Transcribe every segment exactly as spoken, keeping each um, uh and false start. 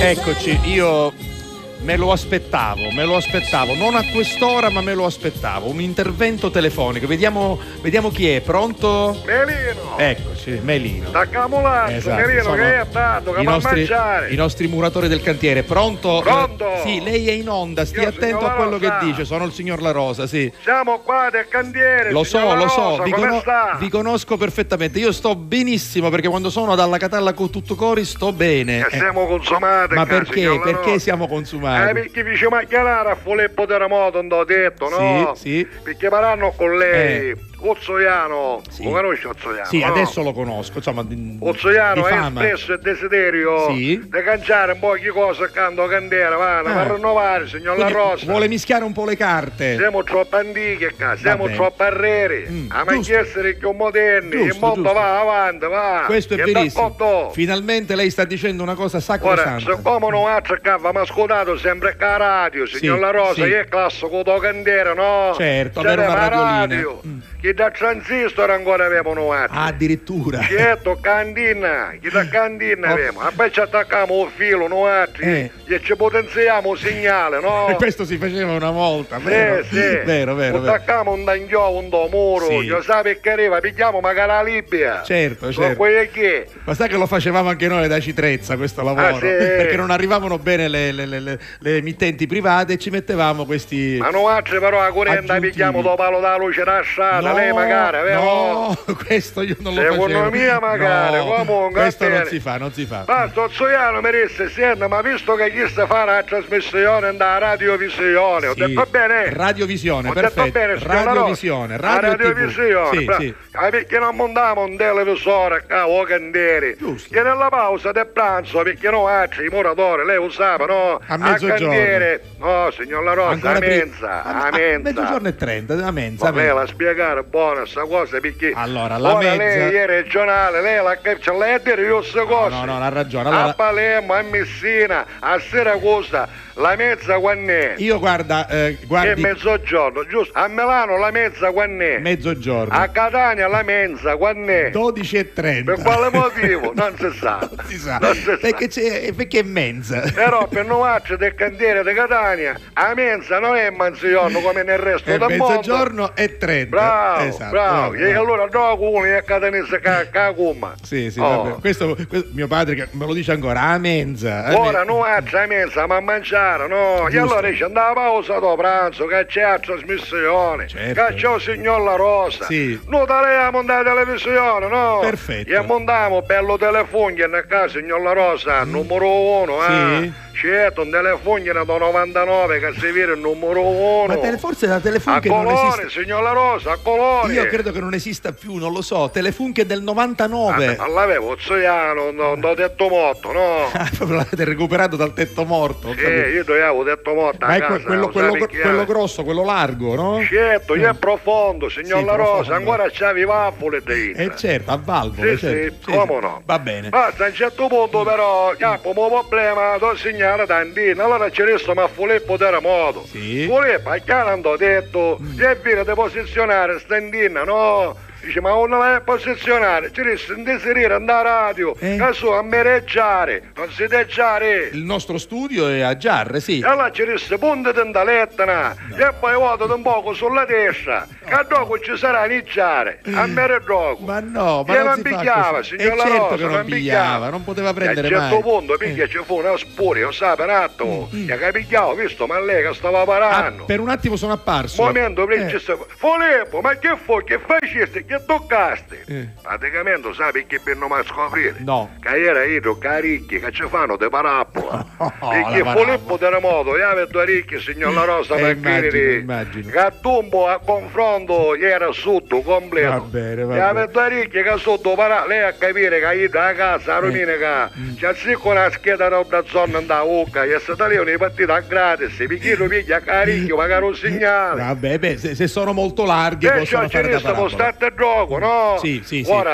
Eccoci, io me lo aspettavo, me lo aspettavo, non a quest'ora ma me lo aspettavo, un intervento telefonico, vediamo, vediamo chi è, pronto? Melino! Eccoci, Melino. Da Camolazzo, Esatto, Melino, sono che è dato, che i va a nostri, mangiare? i nostri muratori del cantiere, pronto? Pronto? Eh, sì, lei è in onda, stia Io, attento signor a quello La Rosa. che dice, sono il signor La Rosa, sì. Siamo qua del cantiere, Lo so, signor La lo so, Rosa, vi, come cono- sta? vi conosco perfettamente, io sto benissimo perché quando sono dalla Catalla con tutto cori sto bene. Che siamo consumati, Ma qua, perché? signor La Perché Rosa. siamo Eh, consumati? perché dice macchianare a Filippo Terremoto, non ho detto, no? Sì, sì. Perché paranno con lei, Eh. Ozzoiano, Sì. lo conosci Ozzoiano? Sì, no? adesso lo conosco, insomma, di, Ozzoiano di ha fama. espresso il desiderio Sì. di cangiare un po' di cose accanto a Candela, va, Ah. per rinnovare, signor La Quindi Rosa. vuole mischiare un po' le carte. Siamo troppo antichi qua, siamo bene. troppo arreri, Mm, a giusto. essere più moderni, il Giusto, mondo giusto. va avanti, va. Questo è E verissimo. d'accordo? Finalmente lei sta dicendo una cosa Ora, sacrosanta. siccome non ha cercato, ma ascoltato sempre che la radio, signor Sì, La Rosa, sì. io è classico da Candela, no? Certo, C'era avere una la radiolina. radio, Mm. che da transistor ancora avevano altri. Ah, addirittura. Certo, cantina, che da cantina Oh. abbiamo. E poi ci attacchiamo un filo, noi altri, Eh. e ci potenziamo il segnale, no? E questo si faceva una volta, vero? Sì, sì. Vero, vero, vero. Attacchiamo un dangiò, un do muro, Sì. io sai che arriva, pigliamo magari la Libia. Certo, Sono certo. quelli che... Ma sai che lo facevamo anche noi da Citrezza questo lavoro? Ah, sì? Perché non arrivavano bene le, le- le- le- le emittenti private e ci mettevamo questi. Ma noi altri però a corrente Aggiuntivi. pigliamo do palo da luce da strada, lei magari, vero? No, questo io non lo facevo. Economia magari, No, comunque, questo va non bene. si fa, non si fa. Basta, Ozzoiano mi disse, senta, ma visto che chi sta fare la trasmissione da radiovisione, ho Sì. detto bene. Radiovisione, Ho perfetto. detto bene, signor La Rosa. Radiovisione, La radio radiovisione, T V. Sì, bra- sì. Ah, perché non montiamo un televisore qua o cantiere? Giusto. Che nella pausa del pranzo, perché noi altri, i muratori, lei usava, no? A mezzogiorno. cantiere. No, signor La Rosa, Ancora a pri- mensa, a- a a mensa. mezzogiorno e trenta, a mensa. Ma lei la spiegare buona sta cosa perché Allora, la ora mezza- lei è regionale, lei la c'è lei a dire io queste cose. no, no, ha ragione. Allora- A Palermo, a Messina, a Siracusa, la mezza quann'è? Io guarda, eh, Che è guardi, mezzogiorno, giusto? A Milano la mezza quann'è? mezzogiorno. A Catania la mensa quann'è? dodici e trenta. Per quale motivo? Non si sa. Non si sa. Non si sa. Perché, c'è, perché è mensa. Però per noi altri del cantiere di Catania, a mensa non è mezzogiorno come nel resto È del mondo. mezzogiorno e trenta. Bravo, Esatto, bravo. bravo. E allora dopo uno è catanese ca, ca cumma. Sì, sì, Oh. vabbè. Questo, questo- mio padre che me lo dice ancora, a mensa. a Ora me- noi altri a mensa ma a mangiare, no? E Giusto. allora dice andava a pausa dopo pranzo, che c'è la trasmissione, Certo. che c'è il signor La Rosa. Sì. Noi daremo la televisione, no? Perfetto. E montiamo bello telefonino nel caso signor La Rosa, numero uno, eh? Sì. Certo, un telefonino da novantanove che si vede il numero uno. Ma tele- forse la Telefon a che non colore, esiste. signor La Rosa, a colore. Io credo che non esista più, non lo so. Telefunke è del novantanove. Ma l'avevo Ozzoiano, non ho detto morto, no? Ah, proprio l'avete recuperato dal tetto morto. ho Sì, capito. io ti avevo detto morto Ma a è casa, que- quello, lo quello- sai perché quello è? grosso, quello largo, no? Certo, io Eh. è profondo, signor Sì, La Rosa, profondo. ancora c'avevi i vaffole dentro. Eh certo, a valvole. Sì, certo. sì, come no? Va bene. Basta, a un certo punto però, capo, un problema, do segnale tantino, allora ci resto ma Filippo Terremoto. Sì. Filippo, a chiaro hanno detto, e viene di posizionare standina, no? Dice, ma non la vai a posizionare, ci resto inserire andare a radio, Eh? che so, a mereggiare, non si deggiare. Il nostro studio è a Giarre, sì. E allora ci resta punta di lettera e poi vado un poco sulla destra che dopo ci sarà iniziare a mere gioco. Ma no, ma e non non si fa pigliava, così. signor Eh, La certo Rosa, che non non pigliava, non poteva prendere e a un certo mai. punto perché Eh. ci fu una spuria, sa, per un attimo, Mm, mm. che pigliavo, visto, ma lei che stava Ah, parando. per un attimo sono apparso. Momento, Eh. perché sta- Filippo, ma che fu? Che facesti? Che toccaste? Eh. Praticamente, sai perché per non mi scoprire? No. Che era io, caricchi, che ci fanno di parabola. Oh, perché la parabola. Filippo Terremoto, io avevo due ricchi, signor La Rosa, Eh, per immagino, dire, immagino. che a tumbo a confronto era sotto completo. Va bene, va E avevo bene. due ricchi che sotto para, lei a capire che io da casa, a Romina, Eh. che c'è sicco una scheda da zona da Ucca, e se lì una partita gratis, perché io piglia caricchio, magari un segnale. Vabbè, beh, se, se sono molto larghi E possono cioè, fare ce da ne stiamo parabola. state a gioco, no? Sì, sì, sì. Ora,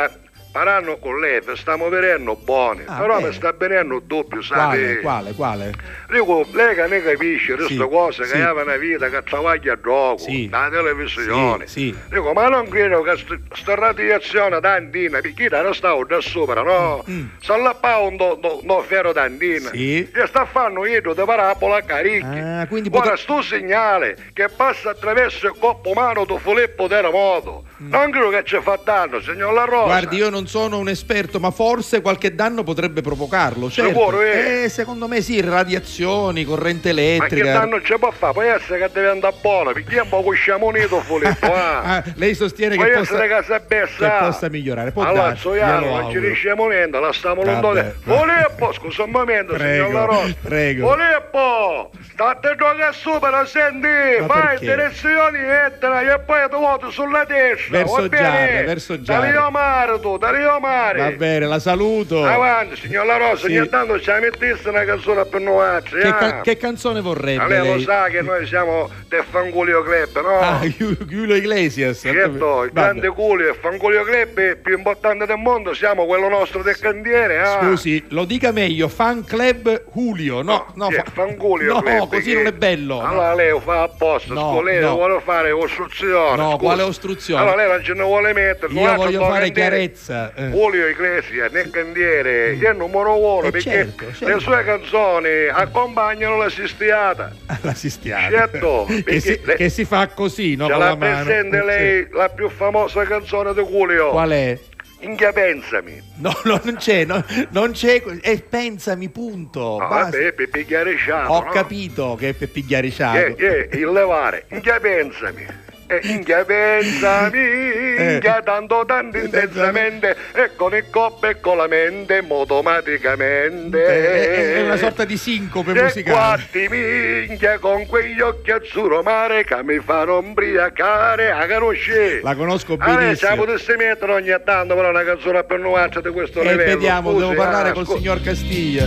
Paranno con lei, stiamo venendo buoni, Ah, però bene. mi sta venendo il doppio, Quale, sai? quale, quale? Dico, lei che ne capisce queste Sì, cose, sì. che aveva una vita, che travaglia a gioco, Sì. la televisione. Sì, sì. Dico, ma non credo che questa radiazione tantina, perché non stavo da sopra, no? Mm. Se la pa un do, do, do ferro tantina, Sì. che sta fanno io di parabola carichi. Ah, quindi Ora, potre- sto segnale che passa attraverso il corpo umano di Filippo Terremoto, non credo che ci fa danno, signor La Rosa. Mm. Guardi, io non sono un esperto, ma forse qualche danno potrebbe provocarlo. Certo. Sicuro, eh? Eh, secondo me sì, radiazioni, corrente Ma che elettrica. danno ci può fare? Può essere che deve andare buono, perché è un po' sciamonito Filippo, ah. Ah, lei sostiene Può che essere possa, che si abbessa. che possa migliorare. Può allora, darsi, Zoiano, glielo non ci auguro. riusciamo niente, la stiamo Vabbè, lontano. vabbè. Filippo, scusa un momento, Prego, signor La Rosa. prego. Filippo, state gioca supera, senti, Ma fai perché? direzioni ettera e poi ti vuoti sulla destra. Verso va bene? Giarre, verso Giarre. Dario mare tu, Dario mare. Va bene, la saluto. Avanti, signor La Rosa, Sì. ogni tanto ci mettesse una canzone per noi. Che, ca- che canzone vorrebbe Ma lei lo lei? sa che noi siamo del Fangulio Club, no? Ah, Giu- Giulio Iglesias. Certo, il Vabbè. grande Culio, il Fangulio Club è più importante del mondo, siamo quello nostro del cantiere, ah. Scusi, lo dica meglio, fan club Julio. No, no, sì, fa- Fangulio no, Club, così che- non è bello. Allora lei lo fa apposta, No, scusa, lei no. vuole fare ostruzione. No, scusa. quale ostruzione? Allora lei non ce ne vuole mettere. Io guarda, voglio sto fare cantiere. chiarezza. eh. Julio Iglesias nel cantiere è il numero uno Eh, perché certo, certo. le sue canzoni accompagnano la sistiata. La sistiata. Certo, che, perché si, le- che si fa così, no? Ce Con la la mano. presente Sì. lei la più famosa canzone di Julio? Qual è? Inghia pensami. No, no, non c'è, no, non c'è. E pensami, punto. No, basta. vabbè, per pigliare sciato. Ho no? capito che è per pigliare i sciato. Eh, eh, il levare. Inghia pensami. E inghia pensami, inghia tanto tanto intensamente e con il corpo e con la mente automaticamente. Eh, è una sorta di sincope e musicale. quatti minchia con quegli occhi azzurro mare che mi fanno umbriacare, la conosci? La conosco Ah, lei ce la benissimo. potessi mettere ogni tanto però una canzone per nuarci di questo E livello. vediamo, scusi, devo parlare ah, col scusi. signor Castiglia.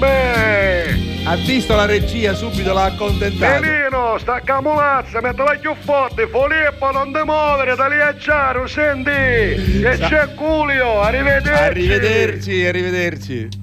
Beh, Ha visto la regia, subito l'ha accontentato. Melino, sta camulazza, mettila più forte, Filippo, non ti muovere, da lì a Giaro, senti, e Sa- c'è Culio, arrivederci. Arrivederci, arrivederci.